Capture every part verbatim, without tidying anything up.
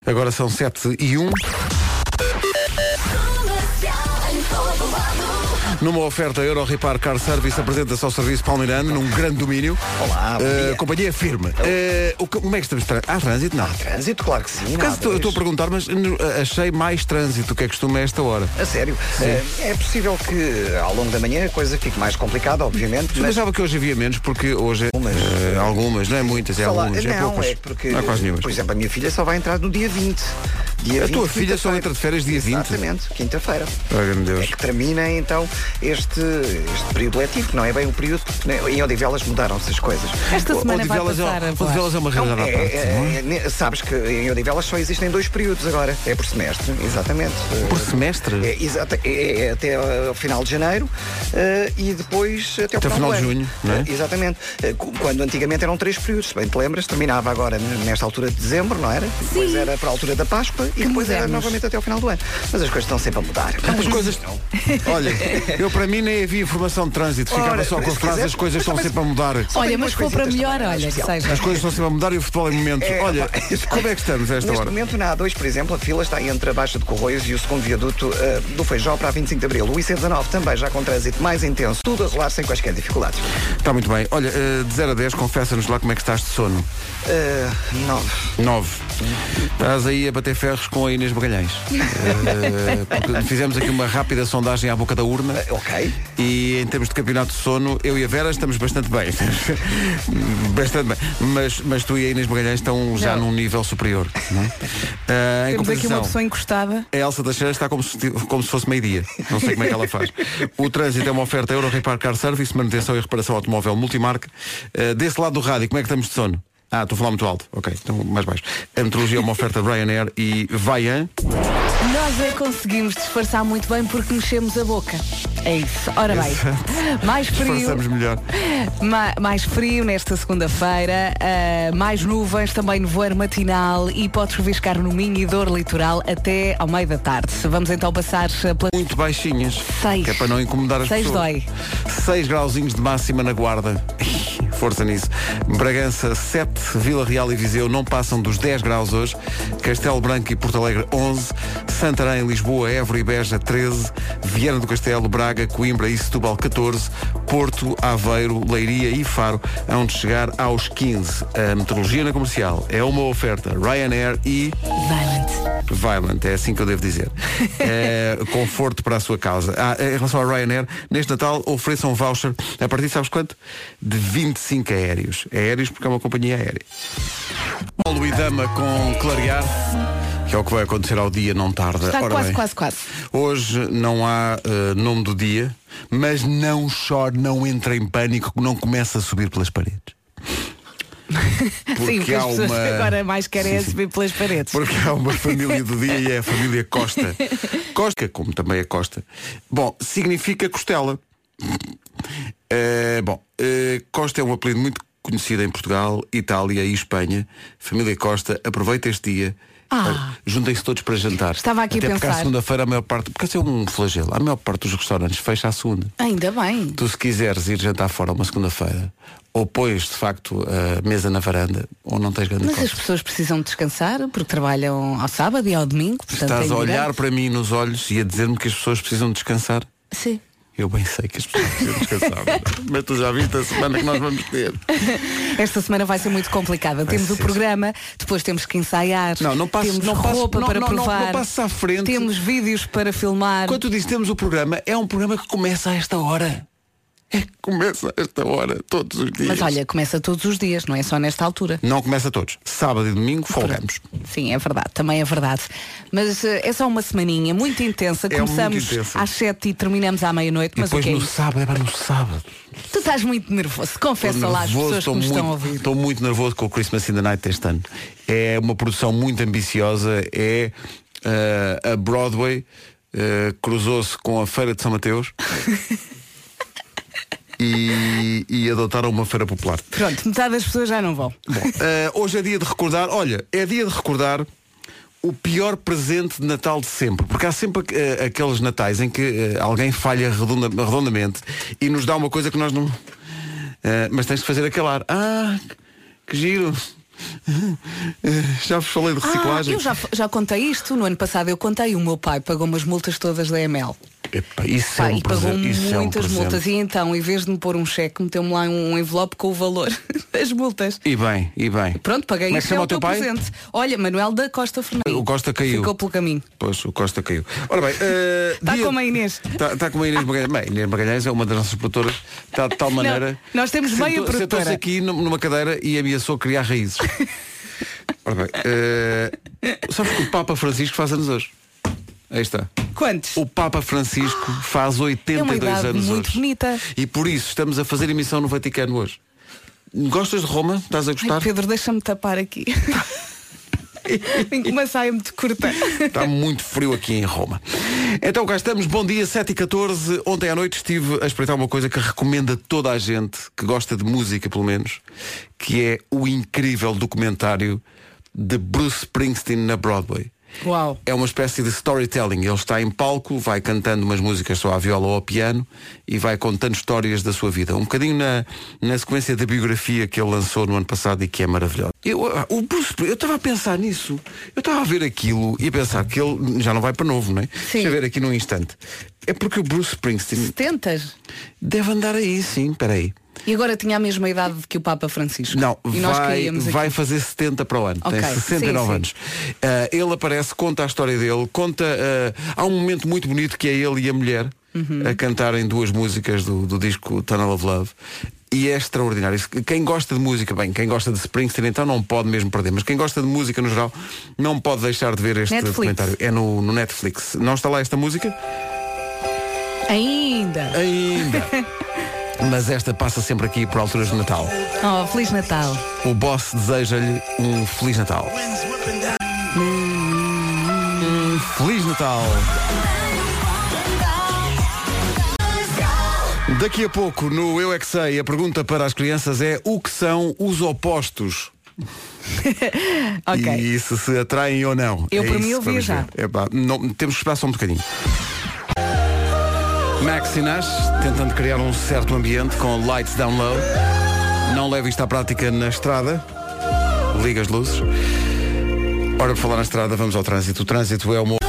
Agora são sete e um. Numa oferta Euro Repar Car Service, apresenta-se ao serviço palmeirano num grande domínio. Olá, bom dia. Uh, companhia firme. Uh, o que, como é que estamos? Há trânsito? Não. Há trânsito, claro que sim. Eu estou a perguntar, mas achei mais trânsito do que é costume a esta hora. A sério? É, é possível que ao longo da manhã a coisa fique mais complicada, obviamente. Mas achava que hoje havia menos, porque hoje é, Algumas. Uh, algumas, não é muitas, é algumas. Não, é poucas. é porque, não é quase nenhumas. por exemplo, a minha filha só vai entrar no dia vinte. Dia a vinte, tua filha só entra de férias dia vinte? Exatamente, quinta-feira. Oh, Deus. É que termina então este, este período letivo, que não é bem o período, porque né, em Odivelas mudaram-se as coisas. Esta O- semana vai Odivelas passar é, a voar. Odivelas é uma realidade Não, à é, parte. não é? é, é, ne- sabes que em Odivelas só existem dois períodos agora. É por semestre, exatamente. Por semestre? É, exata- é- é até ao final de janeiro uh, e depois até ao Até final, final de do ano. junho, não é? Uh, exatamente. Uh, cu- quando antigamente eram três períodos, se bem te lembras, terminava agora n- nesta altura de dezembro, não era? Depois era para a altura da Páscoa e depois era modernos. novamente até ao final do ano. Mas as coisas estão sempre a mudar. As coisas. Olha, eu para mim nem havia informação de trânsito, ficava Ora, só com a se frase quiser, as coisas estão mas- sempre a mudar. Olha, tenho mas umas se for para coisitas melhor, também, olha, que especial. seja. As coisas estão sempre a mudar e o futebol em momento. É, Olha, opa, como é que estamos a esta Neste hora? momento, na A dois, por exemplo, a fila está entre a Baixa de Corroios e o segundo viaduto uh, do Feijó para a vinte e cinco de Abril. O I C dezanove também já com trânsito mais intenso. Tudo a rolar sem quaisquer dificuldades. Está muito bem. Olha, eh, de zero a dez, confessa-nos lá como é que estás de sono. Uh, nove. nove. Estás aí a bater ferros com a Inês Magalhães. Eh, porque fizemos aqui uma rápida sondagem à boca da urna. Uh, ok. E em termos de campeonato de sono, eu e a Vera estamos bastante bem. Bastante bem. Mas, mas tu e a Inês Magalhães estão já Não. num nível superior. Não é? Ah, em Temos aqui uma compensação, pessoa encostada. a Elsa Teixeira está como se, como se fosse meio-dia. Não sei como é que ela faz. O trânsito é uma oferta Euro Repar Car Service, manutenção e reparação automóvel multimarca. Uh, desse lado do rádio, como é que estamos de sono? Ah, estou a falar muito alto. Ok, então mais baixo. A meteorologia é uma oferta Ryanair e Vaian. Nós a conseguimos disfarçar muito bem porque mexemos a boca. É isso. Ora bem, mais frio. Disfarçamos melhor. Ma- mais frio nesta segunda-feira, uh, mais nuvens, também nevoeiro matinal e pode chuviscar no Minho e Dor Litoral até ao meio da tarde. Vamos então passar pela... Muito baixinhas. Seis. Que é para não incomodar as Seis pessoas. dói. seis grauzinhos de máxima na Guarda. Força nisso. Bragança sete, Vila Real e Viseu não passam dos dez graus hoje. Castelo Branco e Porto Alegre onze, Santarém, Lisboa, Évora e Beja treze, Viana do Castelo, Braga, Coimbra e Setúbal catorze, Porto, Aveiro, Leiria e Faro hão de chegar aos quinze. A meteorologia na comercial é uma oferta Ryanair e Violent. Violent, é assim que eu devo dizer. É, conforto para a sua causa. Ah, em relação ao Ryanair, neste Natal ofereçam um voucher a partir, sabes quanto? De vinte e cinco aéreos. Aéreos porque é uma companhia aérea. Paulo e Dama com Clarear, que é o que vai acontecer ao dia, não tarda. Está Ora quase, bem, quase, quase. hoje não há uh, nome do dia, mas não chore, não entre em pânico, não começa a subir pelas paredes. Sim, porque há as pessoas uma- agora mais querem é subir pelas paredes. Porque há uma família do dia e é a família Costa. Costa, como também é Costa. Bom, significa costela. Eh, bom, eh, Costa é um apelido muito conhecido em Portugal, Itália e Espanha. Família Costa, aproveita este dia. Ah. Olha, juntem-se todos para jantar. Estava aqui a Até porque à pensar. segunda-feira a maior parte, porque esse é um flagelo, a maior parte dos restaurantes fecha à segunda. Ainda bem. Tu, se quiseres ir jantar fora uma segunda-feira, ou pões de facto a mesa na varanda, ou não tens grande Mas as coisa. pessoas precisam descansar porque trabalham ao sábado e ao domingo. Portanto, Estás é a olhar evidente. para mim nos olhos e a dizer-me que as pessoas precisam descansar? Sim. Eu bem sei que as pessoas precisam descansar. Mas tu já viste a semana que nós vamos ter. Esta semana vai ser muito complicada. Temos o ser. programa, depois temos que ensaiar. Não, não passes- temos não passes- roupa não, para não, não, provar. não passes à frente. Temos vídeos para filmar. Quando tu dizes temos o programa, é um programa que começa a esta hora. É que começa a esta hora, todos os dias. Mas olha, começa todos os dias, não é só nesta altura. Não começa todos. Sábado e domingo folgamos. Sim, é verdade, também é verdade. Mas eh, é só uma semaninha muito intensa. É muito Começamos intensa. às sete e terminamos à meia-noite. E Mas o depois que é no isso? sábado, é para no sábado. Tu estás muito nervoso. Confessa Estou lá às nervoso, pessoas que estou nos estão a muito- ouvir. Estou muito nervoso com o Christmas in the Night deste ano. É uma produção muito ambiciosa. É uh, a Broadway uh, cruzou-se com a Feira de São Mateus e, e adotaram uma feira popular. Pronto, metade das pessoas já não vão. Bom, uh, hoje é dia de recordar, olha, é dia de recordar o pior presente de Natal de sempre. Porque há sempre uh, aqueles natais em que uh, alguém falha redonda- redondamente e nos dá uma coisa que nós não... Uh, mas tens de fazer aquele ar. Ah, que giro. Já vos falei de reciclagem. Ah, eu já, já contei isto. No ano passado eu contei. O meu pai pagou umas multas todas da M L. Epa, isso Pai, é um e pagou presente, isso muitas é um multas. E então, em vez de me pôr um cheque, meteu-me lá um envelope com o valor das multas. E bem, e bem. Pronto, paguei Como é que isso, é chama o o teu teu pai? presente. Olha, Manuel da Costa Fernandes. O Costa caiu. Ficou pelo caminho. Pois, o Costa caiu. Ora bem, uh, Está como a Inês. Está tá como a Inês Magalhães. Bem, Inês Magalhães é uma das nossas produtoras. Está de tal maneira. Não, nós temos que meia sentou- produtora. Sentou-se aqui numa cadeira e ameaçou criar raízes. Ora bem, uh, sabes que o Papa Francisco faz anos hoje? Aí está. Quantos? O Papa Francisco faz oitenta e dois É uma idade anos muito hoje. bonita. E por isso estamos a fazer emissão no Vaticano hoje. Gostas de Roma? Estás a gostar? Ai, Pedro, deixa-me tapar aqui. Vim com uma saia muito curta. Está muito frio aqui em Roma. Então cá estamos, bom dia, sete e catorze. Ontem à noite estive a espreitar uma coisa que recomendo a toda a gente que gosta de música, pelo menos, que é o incrível documentário de Bruce Springsteen na Broadway. Uau. É uma espécie de storytelling. Ele está em palco, vai cantando umas músicas só à viola ou ao piano e vai contando histórias da sua vida. Um bocadinho na, na sequência da biografia que ele lançou no ano passado e que é maravilhosa. Eu, o Bruce, eu estava a pensar nisso. Eu estava a ver aquilo e a pensar que ele já não vai para novo, não é? Sim. Deixa eu ver aqui num instante. É porque o Bruce Springsteen Setentas. deve andar aí, sim, peraí. E agora tinha a mesma idade que o Papa Francisco. Não, e nós vai, queríamos aqui. vai fazer setenta para o ano. Ok, Tem sessenta e nove sim, sim. anos. Uh, ele aparece, conta a história dele, conta. Uh, há um momento muito bonito que é ele e a mulher Uhum. a cantarem duas músicas do, do disco Tunnel of Love. E é extraordinário. Quem gosta de música, bem, quem gosta de Springsteen então não pode mesmo perder. Mas quem gosta de música no geral não pode deixar de ver este Netflix. documentário. É no, no Netflix. Não está lá esta música? Ainda. Ainda. Mas esta passa sempre aqui por alturas de Natal. Oh, Feliz Natal. O boss deseja-lhe um Feliz Natal. Um Feliz Natal. Daqui a pouco, no Eu É Que Sei, a pergunta para as crianças é: o que são os opostos? Ok. E se se atraem ou não. Eu, É por isso mim, eu que vamos via já. ver. Epá, não, temos que esperar só um bocadinho. Max e Nash, tentando criar um certo ambiente com Lights Down Low. Não leve isto à prática na estrada. Liga as luzes. Ora, por falar na estrada, vamos ao trânsito. O trânsito é uma...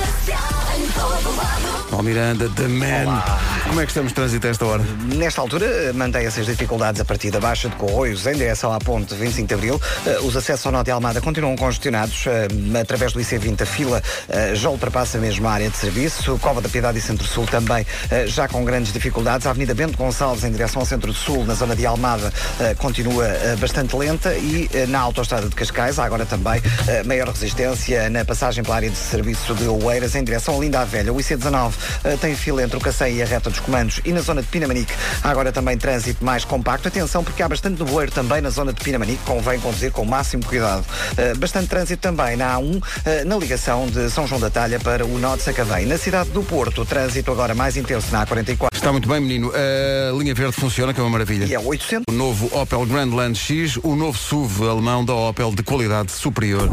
Paulo Miranda, The Man. Olá. Como é que estamos de trânsito a esta hora? Nesta altura, mantém-se as dificuldades a partir da Baixa de Corroios em direção à ponte vinte e cinco de Abril. Os acessos ao Nó de Almada continuam congestionados. Através do I C vinte, a fila já ultrapassa mesmo a área de serviço. Cova da Piedade e Centro-Sul também já com grandes dificuldades. A Avenida Bento Gonçalves em direção ao Centro-Sul, na zona de Almada, continua bastante lenta. E na autoestrada de Cascais há agora também maior resistência na passagem pela área de serviço de Oeiras em direção a Linda a Velha. O I C dezanove tem fila entre o Cacém e a reta dos Comandos, e na zona de Pinamanique há agora também trânsito mais compacto. Atenção, porque há bastante nevoeiro também na zona de Pinamanique, convém conduzir com o máximo cuidado. Uh, bastante trânsito também na A um, uh, na ligação de São João da Talha para o nó de Sacavém. Na cidade do Porto, o trânsito agora mais intenso na A quarenta e quatro. Está muito bem, menino. A linha verde funciona, que é uma maravilha. E é oitocentos. O novo Opel Grandland X, o novo S U V alemão da Opel de qualidade superior.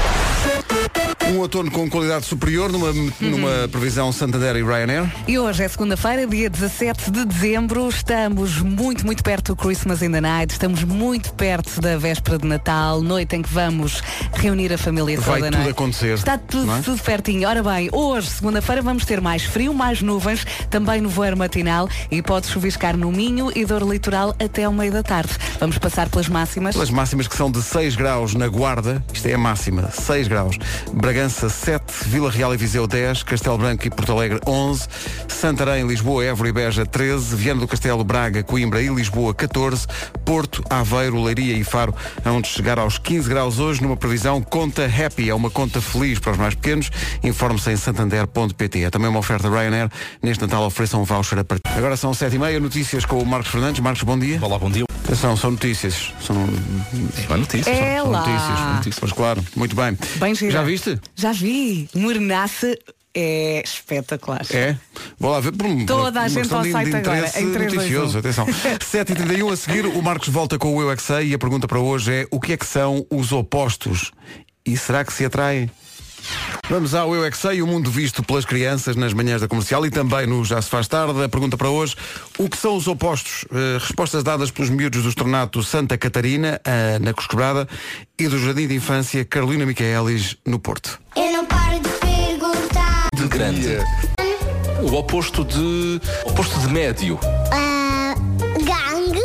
Um outono com qualidade superior numa, uhum. numa previsão Santander e Ryanair. E hoje é segunda-feira, dia dezassete de dezembro. Estamos muito, muito perto do Christmas in the Night. Estamos muito perto da véspera de Natal, noite em que vamos reunir a família toda. Vai tudo não é? acontecer. Está tudo, é? tudo pertinho. Ora bem, hoje, segunda-feira, vamos ter mais frio, mais nuvens, também no voeiro matinal e pode chuviscar no Minho e dor litoral até ao meio da tarde. Vamos passar pelas máximas. Pelas máximas que são de seis graus na Guarda. Isto é a máxima, seis graus. Bragança sete, Vila Real e Viseu dez, Castelo Branco e Porto Alegre onze, Santarém, Lisboa, Évora e Beja treze, Viana do Castelo, Braga, Coimbra e Lisboa catorze, Porto, Aveiro, Leiria e Faro onde chegar aos quinze graus hoje numa previsão conta happy, é uma conta feliz para os mais pequenos. Informe-se em santander ponto pt. É também uma oferta Ryanair. Neste Natal ofereçam um voucher a partir. Agora são sete e meia, notícias com o Marcos Fernandes. Marcos, bom dia. Olá, bom dia. Atenção, são notícias. São, é notícias. É são, são lá. notícias. São notícias. Pois claro, muito bem. Bem gira. Já viste? Já vi. Mornaça é espetacular. É? Vou lá ver. Por um, Toda a uma gente ao de, site de agora. interesse Em três, noticioso. dois, um. Atenção. sete e trinta e um a seguir, o Marcos volta com o Eu É Que Sei e a pergunta para hoje é: o que é que são os opostos? E será que se atraem? Vamos ao Eu é que Sei, o mundo visto pelas crianças nas manhãs da Comercial e também no Já se faz tarde. A pergunta para hoje, o que são os opostos? Uh, respostas dadas pelos miúdos do Estornato Santa Catarina, uh, na Cosquebrada, e do Jardim de Infância Carolina Micaelis, no Porto. Eu não paro de perguntar. De grande. O oposto de... O oposto de médio. Ah, gangue?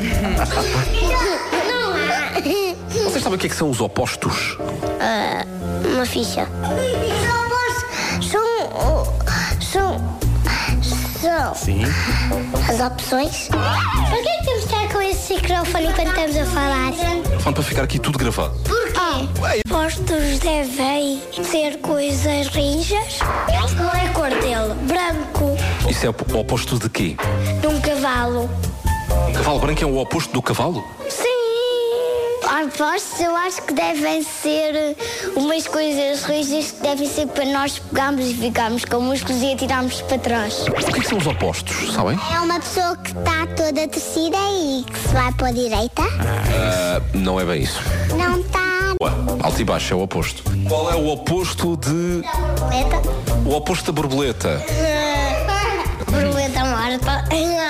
Não há. Vocês sabem o que é que são os opostos? Ah, uma ficha. Os opostos são... São... São... Sim. As opções. Por que é que temos de estar com esse microfone enquanto estamos a falar? Falando para ficar aqui tudo gravado. Porquê? Opostos devem ser coisas rijas. Qual é a cor dele? Branco. Isso é o oposto de quê? De um cavalo. Um cavalo branco é o oposto do cavalo? Sim. Opostos eu acho que devem ser umas coisas rijas que devem ser para nós pegarmos e ficarmos com músculos e atirarmos para trás. O que é que são os opostos, sabem? É uma pessoa que está toda torcida e que se vai para a direita. Ah, não é bem isso. Não está. Ué, alto e baixo é o oposto. Qual é o oposto de... Borboleta. O oposto da borboleta? Borboleta morta.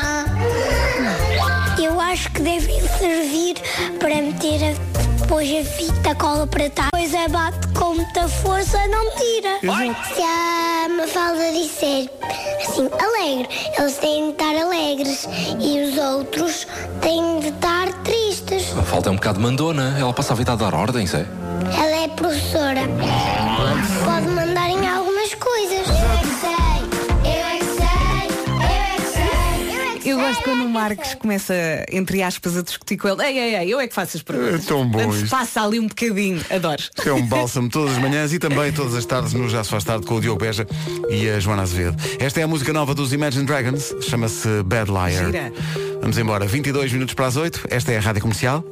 Eu acho que devem servir para meter depois a fita cola para trás. Depois abate com muita força, não tira. Se a Mafalda disser assim, alegre, eles têm de estar alegres e os outros têm de estar tristes. A falta é um bocado mandona. Ela passa a vida a dar ordens, é? Ela é professora. Pode mandar em algumas coisas. Eu é que sei, eu é que sei, eu é que sei, eu é que sei. Eu gosto quando o Marcos começa, entre aspas, a discutir com ele. Ei, ei, ei, eu é que faço as perguntas. É tão bom Antes isto. passa ali um bocadinho. Adoro. É um bálsamo todas as manhãs e também todas as tardes no Já se faz tarde com o Diogo Beja e a Joana Azevedo. Esta é a música nova dos Imagine Dragons, chama-se Bad Liar. Gira. Vamos embora, vinte e dois minutos para as oito, esta é a Rádio Comercial.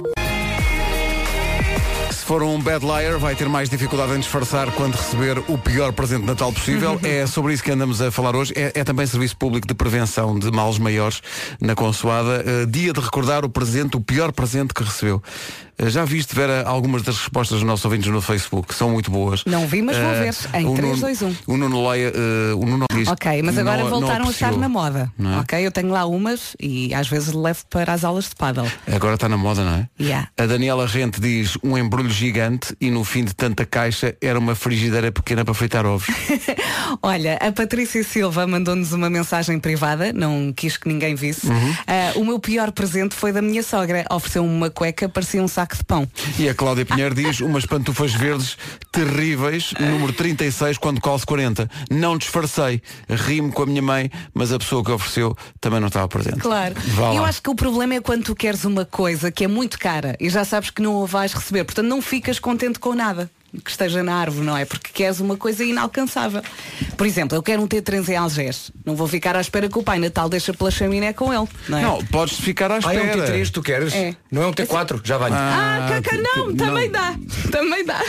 Se for um bad liar, vai ter mais dificuldade em disfarçar quando receber o pior presente de Natal possível. É sobre isso que andamos a falar hoje. É, é também Serviço Público de Prevenção de Males Maiores na Consoada. Uh, dia de recordar o presente, o pior presente que recebeu. Uh, já viste, Vera, algumas das respostas dos nossos ouvintes no Facebook, que são muito boas. Não vi, mas vou Uh, ver. Em o três, Nuno- dois, um. O Nuno Leia, uh, o Nuno diz Ok, mas que agora não- voltaram não a estar apreciou, na moda. não é? Ok, eu tenho lá umas e às vezes levo para as aulas de pádel. Agora está na moda, não é? Yeah. A Daniela Rente diz um embrulho gigante e no fim de tanta caixa era uma frigideira pequena para fritar ovos. Olha, a Patrícia Silva mandou-nos uma mensagem privada, não quis que ninguém visse. Uhum. Ah, o meu pior presente foi da minha sogra. Ofereceu-me uma cueca, parecia um saco de pão. E a Cláudia Pinheiro diz umas pantufas verdes terríveis, número trinta e seis, quando calço quarenta. Não disfarcei, rimo com a minha mãe, mas a pessoa que ofereceu também não estava presente. Claro. Vá Eu lá. acho que o problema é quando tu queres uma coisa que é muito cara e já sabes que não a vais receber. Portanto, não ficas contente com nada que esteja na árvore, não é? Porque queres uma coisa inalcançável. Por exemplo, eu quero um T três em Algés. Não vou ficar à espera que o Pai Natal deixe pela chaminé com ele, não é? Não, podes ficar à Ah, espera. é um T três, tu queres? É. Não é um T quatro, já vai. Ah, Ah, caca, tu- não, tu- também não. dá. Também dá.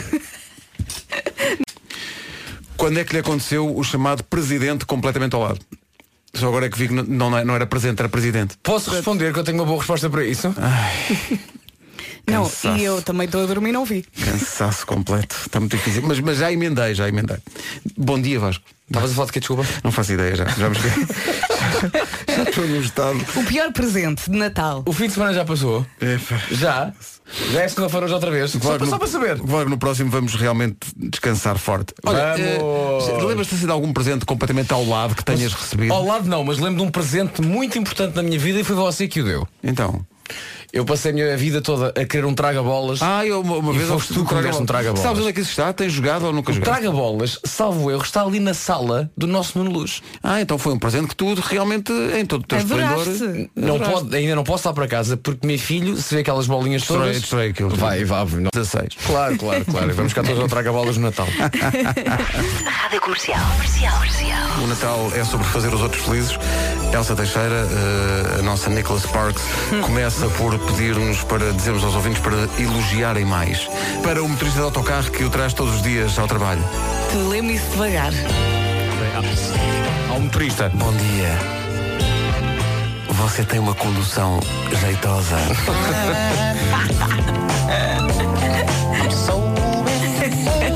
Quando é que lhe aconteceu o chamado presidente completamente ao lado? Só agora é que vi que não, não, não era presente, era presidente. Posso responder que eu tenho uma boa resposta para isso? Não, Cansaço. e eu também estou a dormir e não vi. Cansaço completo. Está muito difícil. Mas, mas já emendei, já emendei. Bom dia, Vasco. Estavas a falar de que, desculpa? Não faço ideia já. Já me esqueci. Já estou no estado. O pior presente de Natal. O fim de semana já passou? Epá. Já? Já é segunda-feira hoje outra vez? Só, Claro, para- no- só para saber. Claro, no próximo vamos realmente descansar forte. Olha, Vamos. eh, lembras-te assim de algum presente completamente ao lado que tenhas recebido? Ao lado não, mas lembro de um presente muito importante na minha vida e foi você que o deu. Então. Eu passei a minha vida toda a querer um traga-bolas. Ah, eu uma, uma E vez foste ofereci tu que me deste um traga-bolas. Sabes onde é que isso está? Tens jogado ou nunca O jogaste? traga-bolas, salvo erro, está ali na sala do nosso Nuno Luz. Ah, então foi um presente que tu realmente, em todo o teu Adoraste. esplendor. Não adoraste. pode, ainda não posso lá para casa porque meu filho, se vê aquelas bolinhas Destrói- todas. destrói aquilo tudo. Vai, vai. Não. dezasseis. Claro, claro, claro. Vamos cá todos ao traga-bolas no Natal. Rádio Comercial. Comercial. Comercial. O Natal é sobre fazer os outros felizes. Elsa Teixeira, eh, a nossa Nicholas Sparks, começa por pedir-nos para dizermos aos ouvintes para elogiarem mais. Para o motorista de autocarro que o traz todos os dias ao trabalho. Te lembro isso devagar. Ao motorista. Bom dia. Você tem uma condução jeitosa. Eu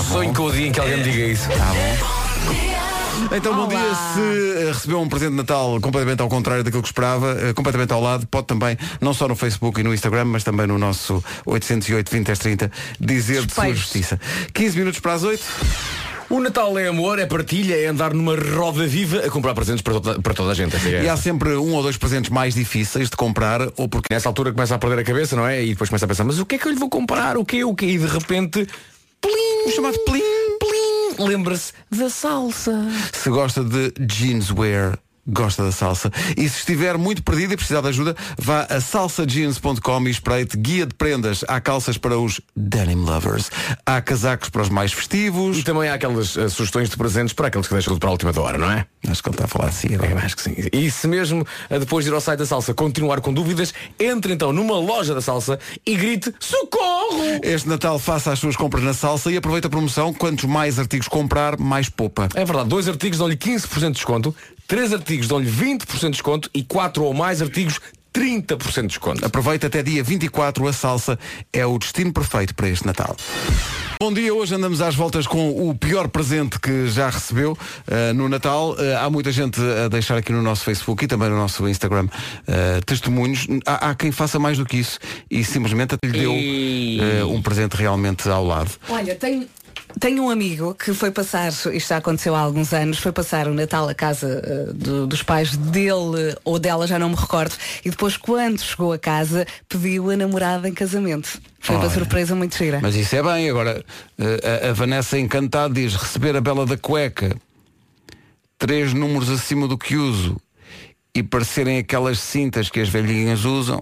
Sonho com o dia em que alguém me diga isso. Tá bom. Então, bom Olá. dia. Se recebeu um presente de Natal completamente ao contrário daquilo que esperava, eh, completamente ao lado, pode também, não só no Facebook e no Instagram, mas também no nosso oitocentos e oito, vinte, dez, trinta, dizer de sua Espelhos. justiça. quinze minutos para as oito. O Natal é amor, é partilha, é andar numa roda viva a comprar presentes para toda, para toda a gente. Essa é E a- há sempre um ou dois presentes mais difíceis de comprar, ou porque Nessa altura começa a perder a cabeça, não é? E depois começa a pensar, mas o que é que eu lhe vou comprar? O quê? O quê? E de repente, plim, o chamado plim. plim, lembra-se da salsa. Se gosta de jeanswear, gosta da salsa. E se estiver muito perdido e precisar de ajuda, vá a salsa jeans ponto com e espreite guia de prendas. Há calças para os denim lovers. Há casacos para os mais festivos. E também há aquelas uh, sugestões de presentes para aqueles que deixam tudo para a última da hora, não é? Acho que ele está a falar assim É, agora. acho que sim. E se mesmo uh, depois de ir ao site da salsa continuar com dúvidas, entre então numa loja da salsa e grite socorro! Este Natal faça as suas compras na salsa e aproveita a promoção. Quantos mais artigos comprar, mais poupa. É verdade, dois artigos dão-lhe quinze por cento de desconto, três artigos dão-lhe vinte por cento de desconto e quatro ou mais artigos trinta por cento de desconto. Aproveita até dia vinte e quatro, a salsa é o destino perfeito para este Natal. Bom dia, hoje andamos às voltas com o pior presente que já recebeu uh, no Natal. Uh, há muita gente a deixar aqui no nosso Facebook e também no nosso Instagram uh, testemunhos. Há, há quem faça mais do que isso e simplesmente até lhe deu uh, um presente realmente ao lado. Olha, tenho, tenho um amigo que foi passar, isto já aconteceu há alguns anos, foi passar o Natal à casa uh, do- dos pais dele ou dela, já não me recordo, e depois quando chegou a casa pediu a namorada em casamento. Foi uma Olha. surpresa muito gira. Mas isso é bem. Agora, uh, a, a Vanessa Encantada diz: receber a Bela da Cueca, três números acima do que uso e parecerem aquelas cintas que as velhinhas usam.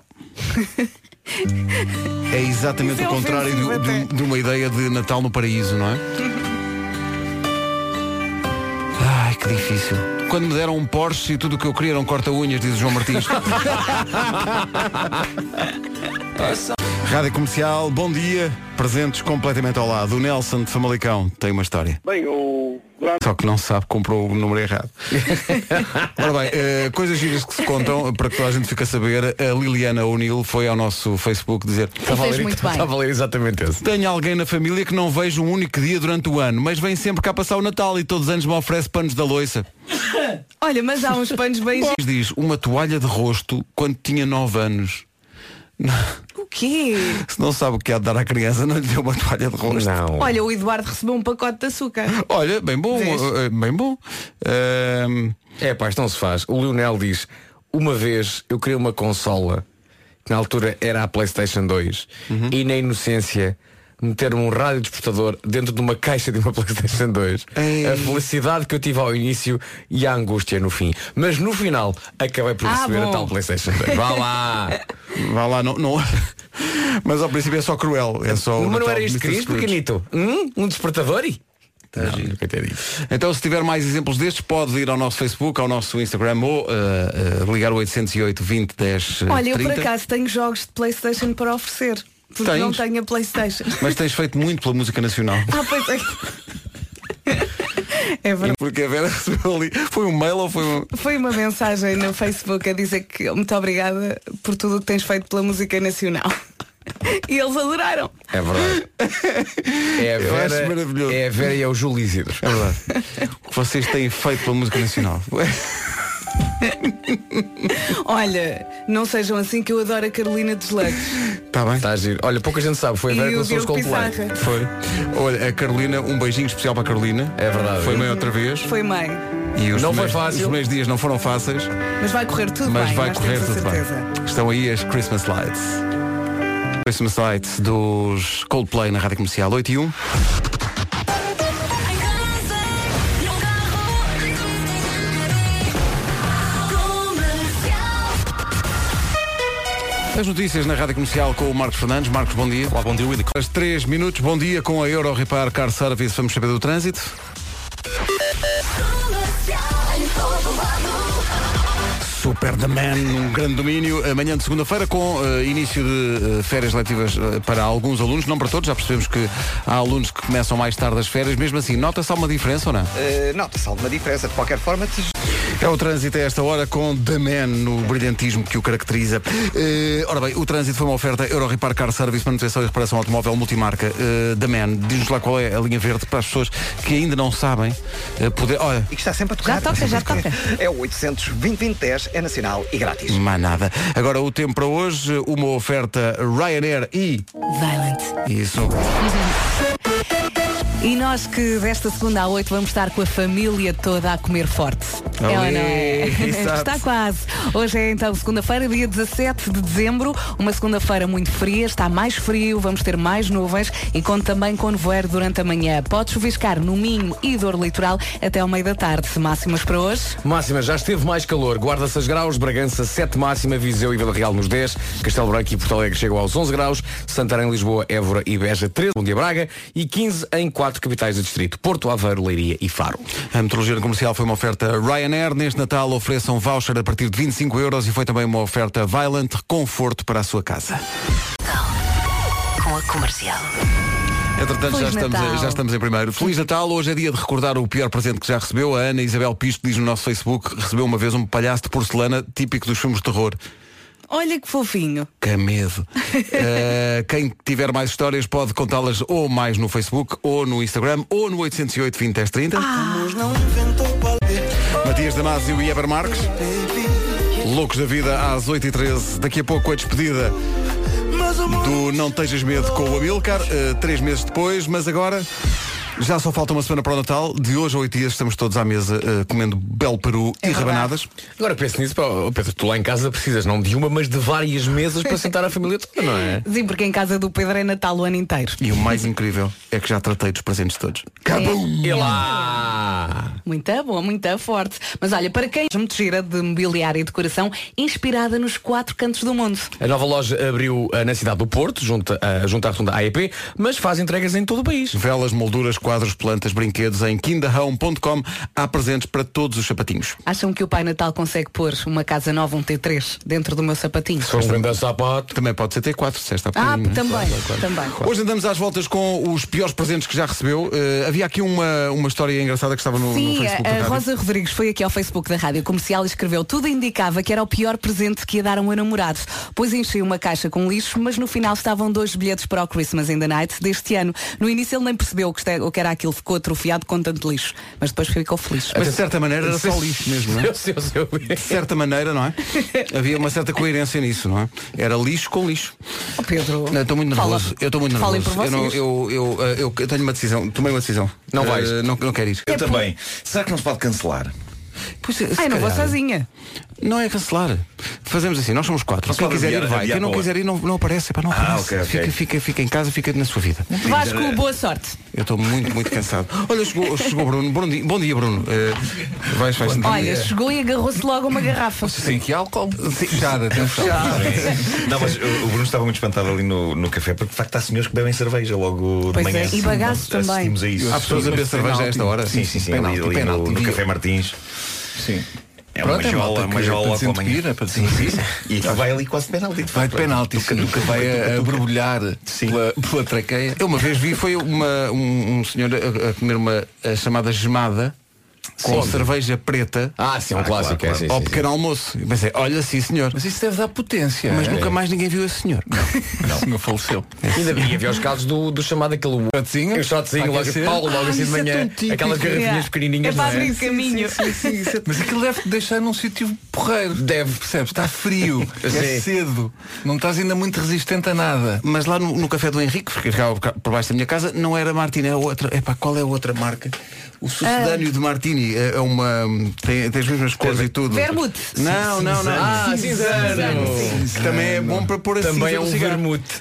É exatamente Isso é o contrário de, ofensivo de- até. de uma ideia de Natal no Paraíso, não é? Ai, que difícil. Quando me deram um Porsche e tudo o que eu queria era um corta-unhas, diz o João Martins. Rádio Comercial, bom dia. Presentes completamente ao lado. O Nelson de Famalicão tem uma história. Bem, o Só que não sabe que comprou o número errado. Ora bem, eh, coisas giras que se contam, para que toda a gente fique a saber. A Liliana O'Neill foi ao nosso Facebook dizer: E fez muito bem. Estava a ler exatamente esse. tenho alguém na família que não vejo um único dia durante o ano, mas vem sempre cá passar o Natal e todos os anos me oferece panos da loiça. Olha, mas há uns panos bem giros. Diz, uma toalha de rosto quando tinha nove anos. O quê? Se não sabe o que há de dar à criança, não lhe deu uma toalha de rosto. Não. Olha, o Eduardo recebeu um pacote de açúcar. Olha, bem bom, Vês? eh, bem bom. Ahm, É pá, isto não se faz. O Lionel diz, uma vez eu queria uma consola, que na altura era a PlayStation dois, e na inocência meter-me um rádio despertador dentro de uma caixa de uma PlayStation dois. Ei. A felicidade que eu tive ao início e a angústia no fim. Mas no final acabei por Ah, receber bom. a tal PlayStation dois. Vá lá! Vá lá, não, não. Mas ao princípio é só cruel. É só o Mas não Natal era de isto que mister querias, Scrooge. pequenito? Hum? Um despertador? Não, giro. nunca te disse. Então, se tiver mais exemplos destes, pode ir ao nosso Facebook, ao nosso Instagram ou uh, uh, ligar o oitocentos e oito, vinte, dez, Olha, eu trinta. por acaso tenho jogos de PlayStation para oferecer. Porque Tens? não tenho a PlayStation. Mas tens feito muito pela música nacional. Ah, pois é. É verdade. Porque a Vera recebeu ali. Foi um mail ou foi um. Foi uma mensagem no Facebook a dizer que muito obrigada por tudo o que tens feito pela música nacional. E eles adoraram. É verdade. É a Eu acho Vera, maravilhoso. é a Vera e é o Júlio Isidro. É verdade. O que vocês têm feito pela música nacional. Olha, não sejam assim que eu adoro a Carolina dos Lagos. Está bem? Está a giro. Olha, pouca gente sabe, foi a Vera E que o lançou os Diogo Coldplay. Pissarra. Foi. Olha, a Carolina, um beijinho especial para a Carolina. É verdade. Foi mãe outra vez. Foi mãe. E os Não foi primeiros- fácil. Os primeiros dias não foram fáceis, Mas vai correr tudo mas bem, vai nós correr temos a tudo certeza. bem. Estão aí as Christmas Lights. Christmas Lights dos Coldplay na Rádio Comercial oito e um. As notícias na Rádio Comercial com o Marcos Fernandes. Marcos, bom dia. Olá, bom dia, Willy. Às três minutos, bom dia com a Euro Repar Car Service. Vamos saber do trânsito. Super The Man, um grande domínio. Amanhã de segunda-feira com uh, início de uh, férias letivas uh, para alguns alunos, não para todos, já percebemos que há alunos que começam mais tarde as férias. Mesmo assim, nota-se alguma diferença ou não? Uh, nota-se alguma diferença, de qualquer forma. Te... É o trânsito a esta hora com The Man no brilhantismo que o caracteriza. Uh, ora bem, o trânsito foi uma oferta Euro Repar Car Service, manutenção e reparação automóvel multimarca. Uh, The Man, diz-nos lá qual é a linha verde para as pessoas que ainda não sabem uh, poder... Olha, e que está sempre a tocar. Já toca, já toca. É o oitocentos, vinte, vinte, dez, é nacional e grátis. Mais nada. Agora o tempo para hoje, uma oferta Ryanair e... Violent. Isso. E nós que desta segunda à oito vamos estar com a família toda a comer forte. É ou não é? Está quase. Hoje é então segunda-feira, dia dezassete de dezembro, uma segunda-feira muito fria, está mais frio, vamos ter mais nuvens e conto também com nevoeiro durante a manhã. Pode chuviscar no Minho e dor litoral até ao meio da tarde. Máximas para hoje? Máxima, já esteve mais calor. Guarda seis graus, Bragança sete máxima, Viseu e Vila Real nos dez, Castelo Branco e Porto Alegre chegam aos onze graus, Santarém, Lisboa, Évora e Beja treze, Bom Dia Braga e quinze em quatro capitais do distrito, Porto, Aveiro, Leiria e Faro. A meteorologia comercial foi uma oferta Ryanair. Neste Natal ofereçam um voucher a partir de vinte e cinco euros e foi também uma oferta Violent, conforto para a sua casa. Com a Comercial. Entretanto, já estamos, a, já estamos em primeiro. Feliz Natal, hoje é dia de recordar o pior presente que já recebeu. A Ana Isabel Pisto diz no nosso Facebook, recebeu uma vez um palhaço de porcelana típico dos filmes de terror. Olha que fofinho. Que medo. uh, quem tiver mais histórias pode contá-las ou mais no Facebook, ou no Instagram, ou no oito zero oito, vinte, dez, trinta. Ah. Matias Damasio e Eber Marques. Loucos da vida às oito e treze. Daqui a pouco a despedida do Não Tejas Medo com o Amilcar, uh, três meses depois, mas agora... Já só falta uma semana para o Natal. De hoje a oito dias estamos todos à mesa uh, comendo belo peru é e verdade. Rabanadas. Agora penso nisso, pô, Pedro, tu lá em casa precisas não de uma, mas de várias mesas para sentar a família toda, não é? Sim, porque em casa do Pedro é Natal o ano inteiro. E o mais incrível é que já tratei dos presentes todos. Cabum! E lá! Muito bom, muito forte. Mas olha, para quem muito gira de mobiliário e decoração inspirada nos quatro cantos do mundo. A nova loja abriu uh, na cidade do Porto, junto, uh, junto à rotunda A E P, mas faz entregas em todo o país. Velas, molduras, quadros, plantas, brinquedos em kindahome ponto com. Há presentes para todos os sapatinhos. Acham que o Pai Natal consegue pôr uma casa nova, um T três, dentro do meu sapatinho? Se for um grande sapato. Também pode ser T quatro, se esta Ah, também, claro, claro, também. Hoje andamos às voltas com os piores presentes que já recebeu. Uh, havia aqui uma, uma história engraçada que estava no, Sim, no Facebook. a Rosa Rodrigues foi aqui ao Facebook da Rádio Comercial e escreveu: tudo indicava que era o pior presente que ia dar a um namorado, pois enchi uma caixa com lixo, mas no final estavam dois bilhetes para o Christmas in the Night deste ano. No início ele nem percebeu o que era aquilo, ficou atrofiado com tanto lixo, mas depois ficou feliz. Mas de certa maneira era só lixo mesmo, não é? Eu sei, eu sei. De certa maneira, não é? Havia uma certa coerência nisso, não é? Era lixo com lixo. Oh, Pedro, não, estou muito nervoso. Fala, eu estou muito nervoso. Por eu, não, eu, eu, eu, eu tenho uma decisão. Tomei uma decisão. Não uh, vais? Não, não quero ir. Eu é também. Por... Será que não se pode cancelar? Pois, Ai, não vou sozinha. Não é cancelar. Fazemos assim, nós somos quatro. Não Quem quiser adiar, ir vai. Quem não quiser ir não, não aparece. Epá, não ah, aparece. Okay, okay. Fica, fica, fica em casa, fica na sua vida. Vasco, boa sorte. Eu estou muito, muito cansado. Olha, chegou, chegou Bruno. Bom dia, bom dia Bruno. Uh, vais, vais Olha, chegou e agarrou-se logo a uma garrafa. Sim, que álcool? Fechada, tem fechada. Não, mas o Bruno estava muito espantado ali no, no café, porque de facto há senhores que bebem cerveja logo pois de manhã. É, e bagaço também. Assistimos a isso. Há pessoas a beber cerveja a esta hora? Sim, sim, sim. Penalti, ali, ali penalti, no, no Café Martins. Sim. É uma Pronto, jola, é uma jola com a manhã. Sim, sim, sim. E vai ali quase de penalti. De vai de penalti, sim. Nunca vai a, a borbulhar pela, pela traqueia. Eu uma vez vi, foi uma, um, um senhor a, a comer uma a chamada gemada com sim. cerveja preta. Ah, sim, um ah, clássico. Claro, é, sim, ao sim, pequeno sim. almoço. Eu pensei, olha sim, senhor. Mas isso deve dar potência. Mas é? nunca mais ninguém viu esse senhor. Não, não. O senhor faleceu. Ainda havia os casos do, do chamado aquele shotzinho. O shotzinho, logo de Paulo, logo ah, assim de manhã. É aquelas garrafinhas é. pequenininhas. É para abrir o caminho. Sim, sim, sim, mas aquilo deve-te deixar num sítio porreiro. Deve. Percebes? Está frio. É cedo. Não estás ainda muito resistente a nada. Mas lá no, no café do Henrique, porque ficava por baixo da minha casa, não era Martini, é outra. Epá, qual é a outra marca? O sucedâneo ah. de Martini é uma. Tem, tem as mesmas cores e tudo. Vermute. Não, não, não. Ah, cinzano. Que também é bom para pôr assim. Também é um vermute.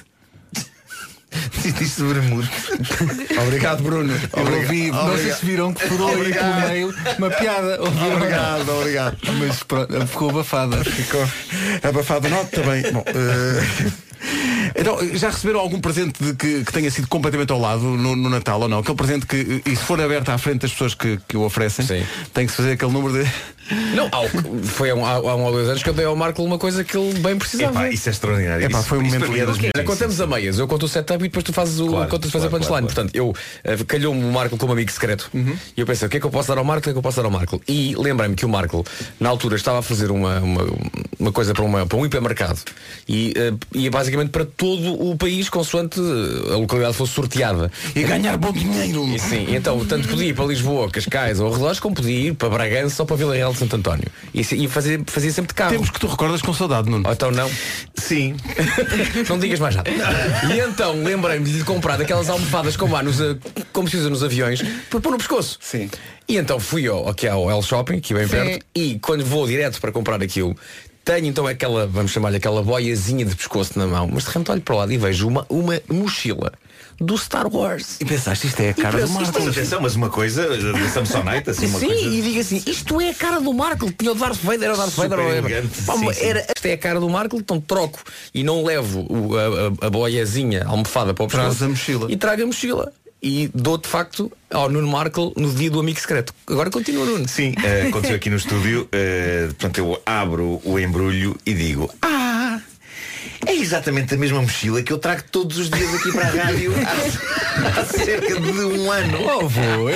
Disse vermute. Obrigado, Bruno. Eu ouvi, não sei se viram que furou aí pelo meio uma piada. Ouviram? Obrigado, obrigado. Mas pronto, ficou abafada. Ficou abafada, não, também. Bom, uh... Então, já receberam algum presente de que, que tenha sido completamente ao lado no, no Natal ou não? Aquele presente que, e se for aberto à frente das pessoas que, que o oferecem, Sim. tem que se fazer aquele número de... Não, foi há um, há um ou dois anos que eu dei ao Marco uma coisa que ele bem precisava. Epá, isso é extraordinário. Epá, isso, foi um momento lindo. Olha, contamos a meias, eu conto o setup e depois tu fazes o claro, contas fazer claro, a punchline. claro, claro. Portanto, eu uh, calhou-me o Marco como amigo secreto uhum. e eu pensei, o que é que eu posso dar ao Marco? O que é que eu posso dar ao Marco? E lembrei-me que o Marco, na altura, estava a fazer uma, uma, uma coisa para, uma, para um hipermercado e uh, ia basicamente para todo o país, consoante a localidade fosse sorteada. E ganhar bom dinheiro. E sim, então, tanto podia ir para Lisboa, Cascais ou Relógio, como podia ir para Bragança ou para Vila Real de Santo António. E, e fazia, fazia sempre de carro. Temos que tu recordas com saudade, Nuno. Ou então não. Sim. Não digas mais nada. E então lembrei-me de comprar aquelas almofadas como há nos, como se usa nos aviões para pôr no pescoço. Sim. E então fui ao, aqui ao L Shopping, aqui bem Sim. perto, e quando vou direto para comprar aquilo, tenho então aquela, vamos chamar-lhe aquela boiazinha de pescoço na mão, mas de repente olho para o lado e vejo uma, uma mochila do Star Wars. E pensaste, isto é a cara do Marco. Mas atenção, mas uma coisa, da Samsonite, assim, uma Sim, coisa... e digo assim, isto é a cara do Marco. Tinha o Darth Vader, era o Darth Vader. Elegante, Pá, sim, sim. Era, esta é a cara do Marco, então troco e não levo o, a, a, a boiazinha, a almofada para o pescoço. Traz a mochila. E trago a mochila. E dou de facto ao Nuno Marco no dia do amigo secreto. Agora continua, Nuno. Sim, uh, aconteceu aqui no estúdio. Uh, portanto, eu abro o embrulho e digo: Ah, é exatamente a mesma mochila que eu trago todos os dias aqui para a rádio há, há cerca de um ano. Oh, vou,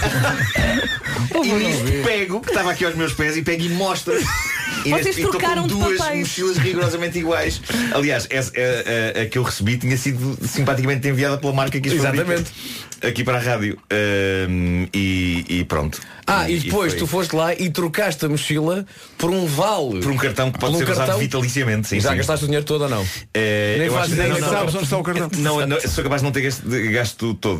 então. E nisto pego, que estava aqui aos meus pés, e pego e mostro. E vocês estou com de duas papéis. mochilas rigorosamente iguais. Aliás, essa, a, a, a que eu recebi tinha sido simpaticamente enviada pela marca que Exatamente. aqui para a rádio. Um, e, e pronto. Ah, e, e depois foi... tu foste lá e trocaste a mochila por um vale. Por um cartão que pode um ser cartão... usado vitaliciamente. Sim, já sim. gastaste o dinheiro todo ou não? É, Nem eu fazes acho, ideia, não, não, não, sabes onde está o cartão. Não, não, sou capaz de não ter gasto, gasto todo.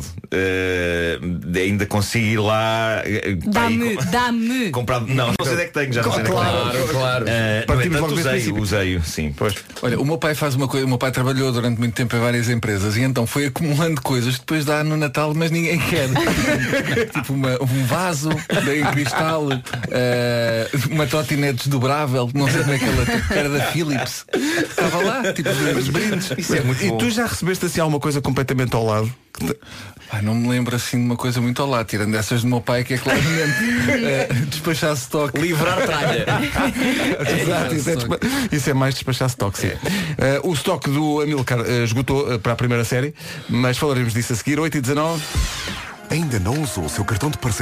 Uh, ainda consigo ir lá. Dá-me, com... dá-me. Comprado. Não, não sei onde é que tenho, já não sei onde é que tenho. Claro, claro. Uh, no entanto, usei, usei, sim. Pois. Olha, o meu pai faz uma coisa, o meu pai trabalhou durante muito tempo em várias empresas e então foi acumulando coisas, depois dá no Natal, mas ninguém quer. Tipo uma, um vaso em cristal, uh, uma trotinete desdobrável, não sei como é que ela era da Philips. Estava lá, tipo os brindes. Isso é muito E bom. tu já recebeste assim alguma coisa completamente ao lado? Ah, não me lembro assim de uma coisa muito ao lado, tirando essas do meu pai, que é claramente uh, despachar stock. Livrar tralha. Exato, isso, é despa... isso é mais despachar stock, sim. É. Uh, o stock do Amilcar uh, esgotou uh, para a primeira série, mas falaremos disso a seguir. Oito e dezanove. Ainda não usou o seu cartão de parceiro?